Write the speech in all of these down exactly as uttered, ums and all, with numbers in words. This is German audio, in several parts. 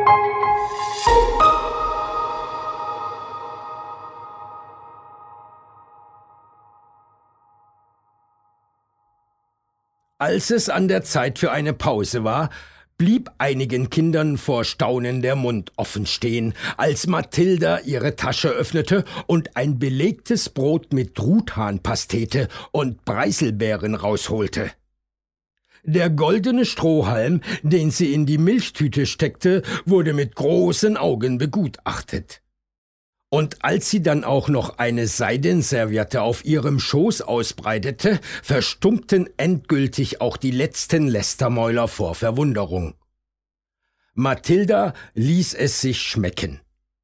Als es an der Zeit für eine Pause war, blieb einigen Kindern vor Staunen der Mund offen stehen, als Mathilda ihre Tasche öffnete und ein belegtes Brot mit Truthahnpastete und Preiselbeeren rausholte. Der goldene Strohhalm, den sie in die Milchtüte steckte, wurde mit großen Augen begutachtet. Und als sie dann auch noch eine Seidenserviette auf ihrem Schoß ausbreitete, verstummten endgültig auch die letzten Lästermäuler vor Verwunderung. Mathilda ließ es sich schmecken.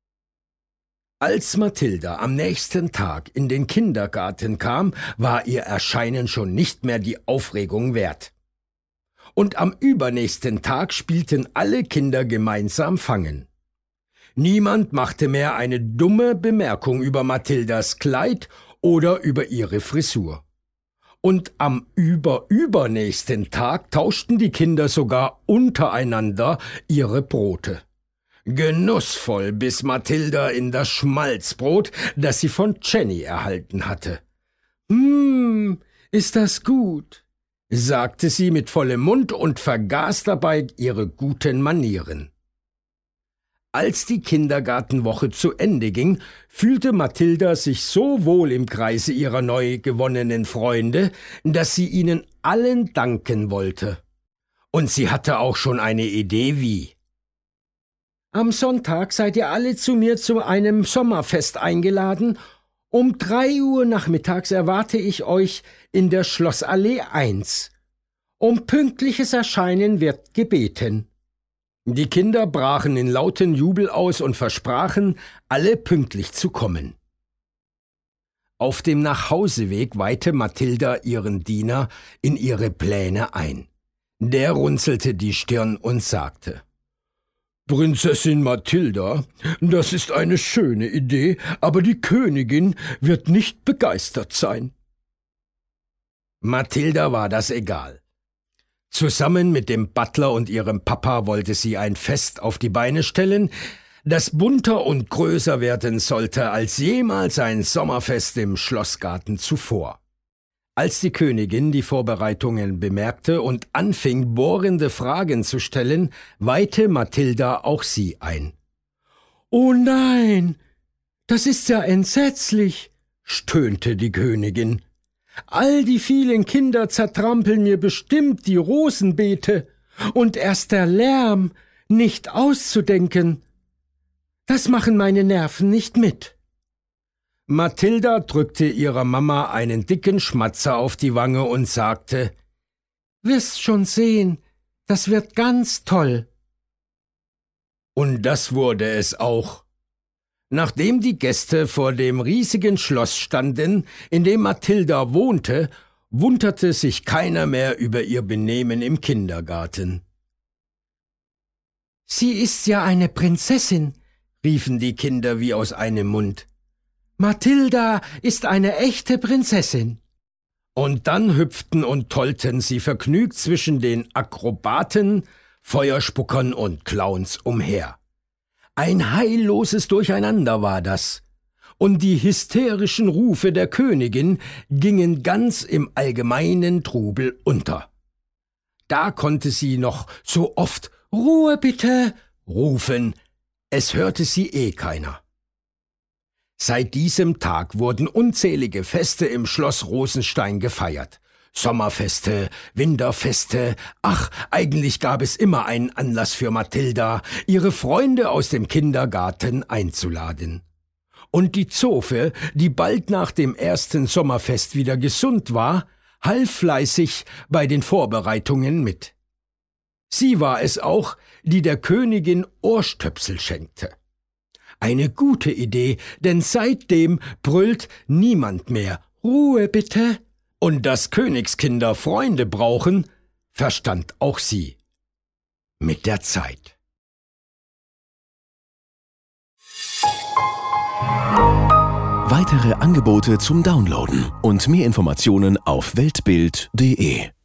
Als Mathilda am nächsten Tag in den Kindergarten kam, war ihr Erscheinen schon nicht mehr die Aufregung wert. Und am übernächsten Tag spielten alle Kinder gemeinsam Fangen. Niemand machte mehr eine dumme Bemerkung über Mathildas Kleid oder über ihre Frisur. Und am überübernächsten Tag tauschten die Kinder sogar untereinander ihre Brote. Genussvoll biss Mathilda in das Schmalzbrot, das sie von Jenny erhalten hatte. »Hm, ist das gut«, sagte sie mit vollem Mund und vergaß dabei ihre guten Manieren. Als die Kindergartenwoche zu Ende ging, fühlte Mathilda sich so wohl im Kreise ihrer neu gewonnenen Freunde, dass sie ihnen allen danken wollte. Und sie hatte auch schon eine Idee, wie. »Am Sonntag seid ihr alle zu mir zu einem Sommerfest eingeladen. Um drei Uhr nachmittags erwarte ich euch in der Schlossallee eins. Um pünktliches Erscheinen wird gebeten.« Die Kinder brachen in lauten Jubel aus und versprachen, alle pünktlich zu kommen. Auf dem Nachhauseweg weihte Mathilda ihren Diener in ihre Pläne ein. Der runzelte die Stirn und sagte: »Prinzessin Mathilda, das ist eine schöne Idee, aber die Königin wird nicht begeistert sein.« Mathilda war das egal. Zusammen mit dem Butler und ihrem Papa wollte sie ein Fest auf die Beine stellen, das bunter und größer werden sollte als jemals ein Sommerfest im Schlossgarten zuvor. Als die Königin die Vorbereitungen bemerkte und anfing, bohrende Fragen zu stellen, weihte Mathilda auch sie ein. »Oh nein, das ist ja entsetzlich«, stöhnte die Königin. »All die vielen Kinder zertrampeln mir bestimmt die Rosenbeete, und erst der Lärm, nicht auszudenken. Das machen meine Nerven nicht mit.« Mathilda drückte ihrer Mama einen dicken Schmatzer auf die Wange und sagte: »Wirst schon sehen, das wird ganz toll.« Und das wurde es auch. Nachdem die Gäste vor dem riesigen Schloss standen, in dem Mathilda wohnte, wunderte sich keiner mehr über ihr Benehmen im Kindergarten. »Sie ist ja eine Prinzessin«, riefen die Kinder wie aus einem Mund. »Mathilda ist eine echte Prinzessin.« Und dann hüpften und tollten sie vergnügt zwischen den Akrobaten, Feuerspuckern und Clowns umher. Ein heilloses Durcheinander war das, und die hysterischen Rufe der Königin gingen ganz im allgemeinen Trubel unter. Da konnte sie noch so oft »Ruhe bitte« rufen, es hörte sie eh keiner. Seit diesem Tag wurden unzählige Feste im Schloss Rosenstein gefeiert. Sommerfeste, Winterfeste, ach, eigentlich gab es immer einen Anlass für Mathilda, ihre Freunde aus dem Kindergarten einzuladen. Und die Zofe, die bald nach dem ersten Sommerfest wieder gesund war, half fleißig bei den Vorbereitungen mit. Sie war es auch, die der Königin Ohrstöpsel schenkte. Eine gute Idee, denn seitdem brüllt niemand mehr »Ruhe bitte«. Und dass Königskinder Freunde brauchen, verstand auch sie. Mit der Zeit. Weitere Angebote zum Downloaden und mehr Informationen auf weltbild punkt de.